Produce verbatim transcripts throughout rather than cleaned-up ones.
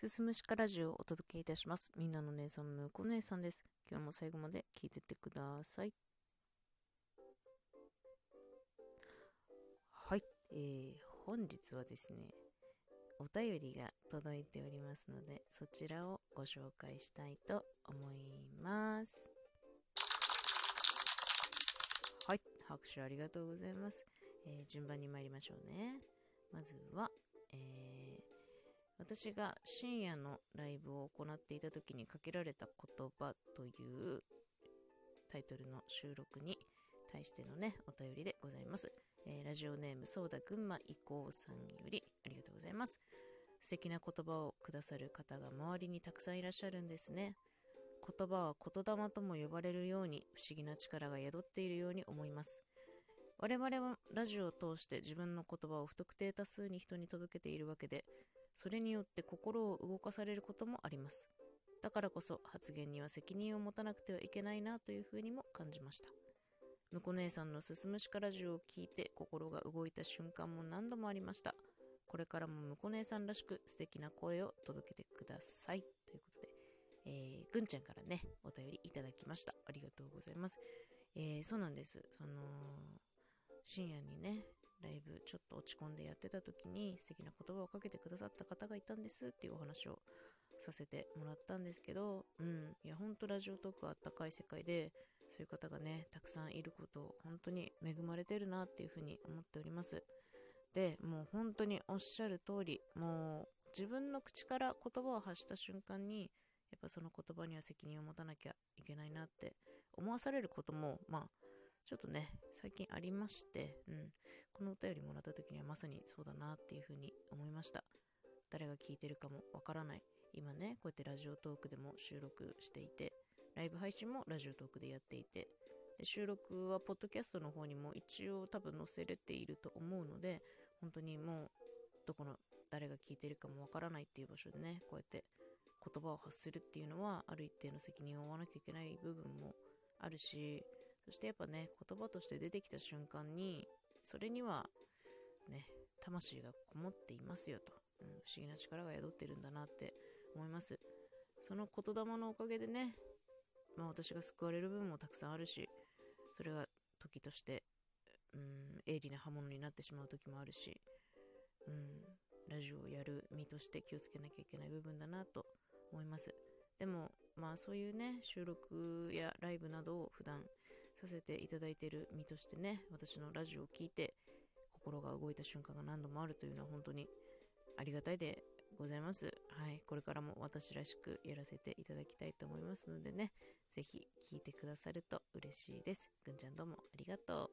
すすむしかラジオをお届けいたします。みんなの姉さん、むこ姉さんです。今日も最後まで聞いてってください。はい、えー、本日はですね、お便りが届いておりますので、そちらをご紹介したいと思います。はい、拍手ありがとうございます。えー、順番に参りましょうね。まずは、えー、私が深夜のライブを行っていた時にかけられた言葉というタイトルの収録に対してのね、お便りでございます。えー、ラジオネーム、そうだ群馬いこうさんよりありがとうございます。素敵な言葉をくださる方が周りにたくさんいらっしゃるんですね。言葉は言霊とも呼ばれるように不思議な力が宿っているように思います。我々はラジオを通して自分の言葉を不特定多数に人に届けているわけで、それによって心を動かされることもあります。だからこそ発言には責任を持たなくてはいけないなというふうにも感じました。むこ姉さんのすすむしかラジオを聞いて心が動いた瞬間も何度もありました。これからもむこ姉さんらしく素敵な声を届けてください。ということで、えー、ぐんちゃんからね、お便りいただきました。ありがとうございます。えー、そうなんです。その、深夜にね、ライブちょっと落ち込んでやってた時に素敵な言葉をかけてくださった方がいたんですっていうお話をさせてもらったんですけど、うん、いやほんとラジオトークはあったかい世界で、そういう方がねたくさんいることを本当に恵まれてるなっていうふうに思っております。でもう本当におっしゃる通り、もう自分の口から言葉を発した瞬間にやっぱその言葉には責任を持たなきゃいけないなって思わされることもまあちょっとね最近ありまして、うん、このお便りもらった時にはまさにそうだなっていうふうに思いました。誰が聞いてるかもわからない。今ね、こうやってラジオトークでも収録していて、ライブ配信もラジオトークでやっていて、で収録はポッドキャストの方にも一応多分載せれていると思うので、本当にもうどこの誰が聞いてるかもわからないっていう場所でね、こうやって言葉を発するっていうのはある一定の責任を負わなきゃいけない部分もあるし、そしてやっぱね、言葉として出てきた瞬間に、それにはね、魂がこもっていますよと、うん、不思議な力が宿ってるんだなって思います。その言霊のおかげでね、まあ、私が救われる部分もたくさんあるし、それが時として、うん、鋭利な刃物になってしまう時もあるし、うん、ラジオをやる身として気をつけなきゃいけない部分だなと思います。でもまあそういうね収録やライブなどを普段させていただいている身としてね、私のラジオを聞いて心が動いた瞬間が何度もあるというのは本当にありがたいでございます。はい、これからも私らしくやらせていただきたいと思いますのでね、ぜひ聞いてくださると嬉しいです。ぐんちゃんどうもありがとう。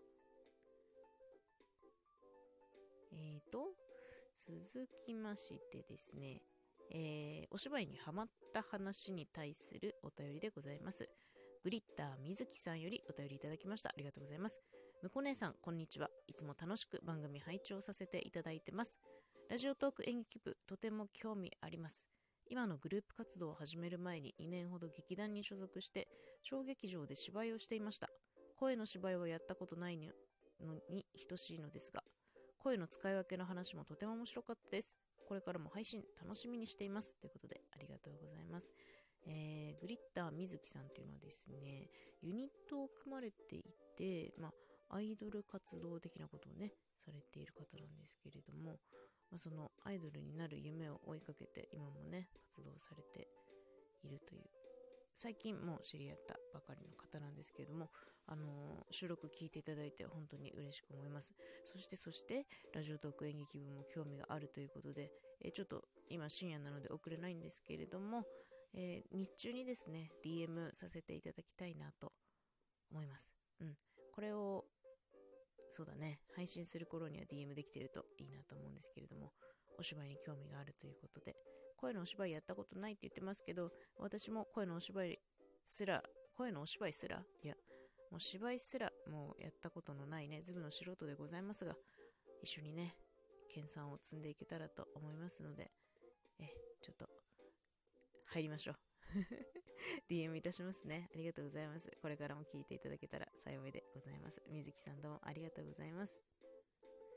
えーと、続きましてですね、えー、お芝居にハマった話に対するお便りでございます。グリッターみずきさんよりお便りいただきました。ありがとうございます。むこ姉さん、こんにちは。いつも楽しく番組拝聴させていただいてます。ラジオトーク演劇部、とても興味あります。今のグループ活動を始める前ににねんほど劇団に所属して小劇場で芝居をしていました。声の芝居をやったことないのに等しいのですが、声の使い分けの話もとても面白かったです。これからも配信楽しみにしています。ということでありがとうございます。えー、グリッターみずきさんというのはですね、ユニットを組まれていて、まあ、アイドル活動的なことをね、されている方なんですけれども、まあ、そのアイドルになる夢を追いかけて今もね、活動されているという、最近もう知り合ったばかりの方なんですけれども、あのー収録聞いていただいて本当に嬉しく思います。そしてそしてラジオトーク演劇部も興味があるということで、えーちょっと今深夜なので送れないんですけれども、えー日中にですね ディーエム させていただきたいなと思います。うん、これをそうだね配信する頃には ディーエム できてるといいなと思うんですけれども、お芝居に興味があるということで、声のお芝居やったことないって言ってますけど、私も声のお芝居すら声のお芝居すらいやもう芝居すらもうやったことのないねズブの素人でございますが、一緒にね研鑽を積んでいけたらと思いますので、えちょっと入りましょう。ディーエム いたしますね。ありがとうございます。これからも聞いていただけたら幸いでございます。みずきさんどうもありがとうございます。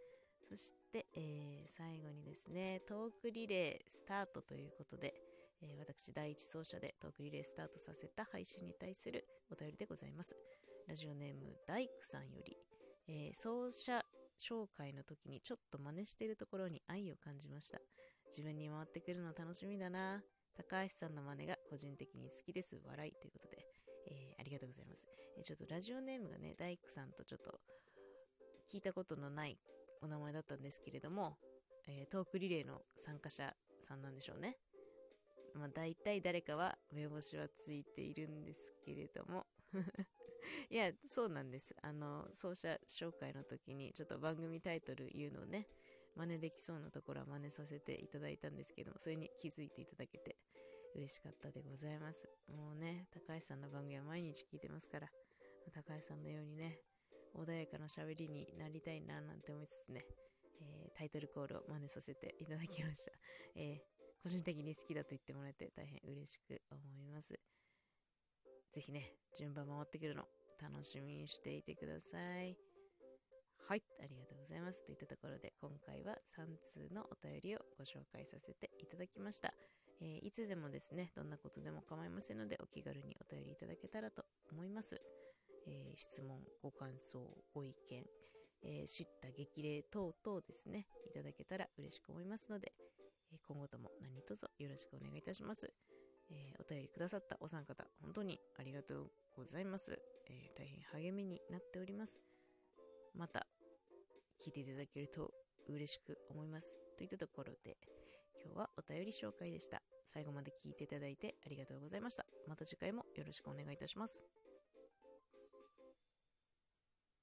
そして、えー最後にですね、トークリレースタートということで、えー私第一走者でトークリレースタートさせた配信に対するお便りでございます。ラジオネーム大工さんより、えー走者紹介の時にちょっと真似しているところに愛を感じました。自分に回ってくるの楽しみだな。高橋さんの真似が個人的に好きです。笑いということで、えーありがとうございます。えーちょっとラジオネームがね、大工さんとちょっと聞いたことのないお名前だったんですけれども、えートークリレーの参加者さんなんでしょうね。まあ、大体誰かは目星はついているんですけれどもいや、そうなんです。あの、奏者紹介の時にちょっと番組タイトル言うのをね、真似できそうなところは真似させていただいたんですけども、それに気づいていただけて嬉しかったでございます。もうね、高橋さんの番組は毎日聞いてますから、高橋さんのようにね、穏やかな喋りになりたいななんて思いつつね、えータイトルコールを真似させていただきました。えー個人的に好きだと言ってもらえて大変嬉しく思います。ぜひね、順番回ってくるの楽しみにしていてください。はい、ありがとうございます。といったところで今回はさん通のお便りをご紹介させていただきました。えーいつでもですね、どんなことでも構いませんのでお気軽にお便りいただけたらと思います。えー質問、ご感想、ご意見、えー知った激励等々ですね、いただけたら嬉しく思いますので、えー今後とも何卒よろしくお願いいたします。えーお便りくださったお三方、本当にありがとうございます。えー大変励みになっております。また聞いていただけると嬉しく思います。といったところで、今日はお便り紹介でした。最後まで聞いていただいてありがとうございました。また次回もよろしくお願いいたします。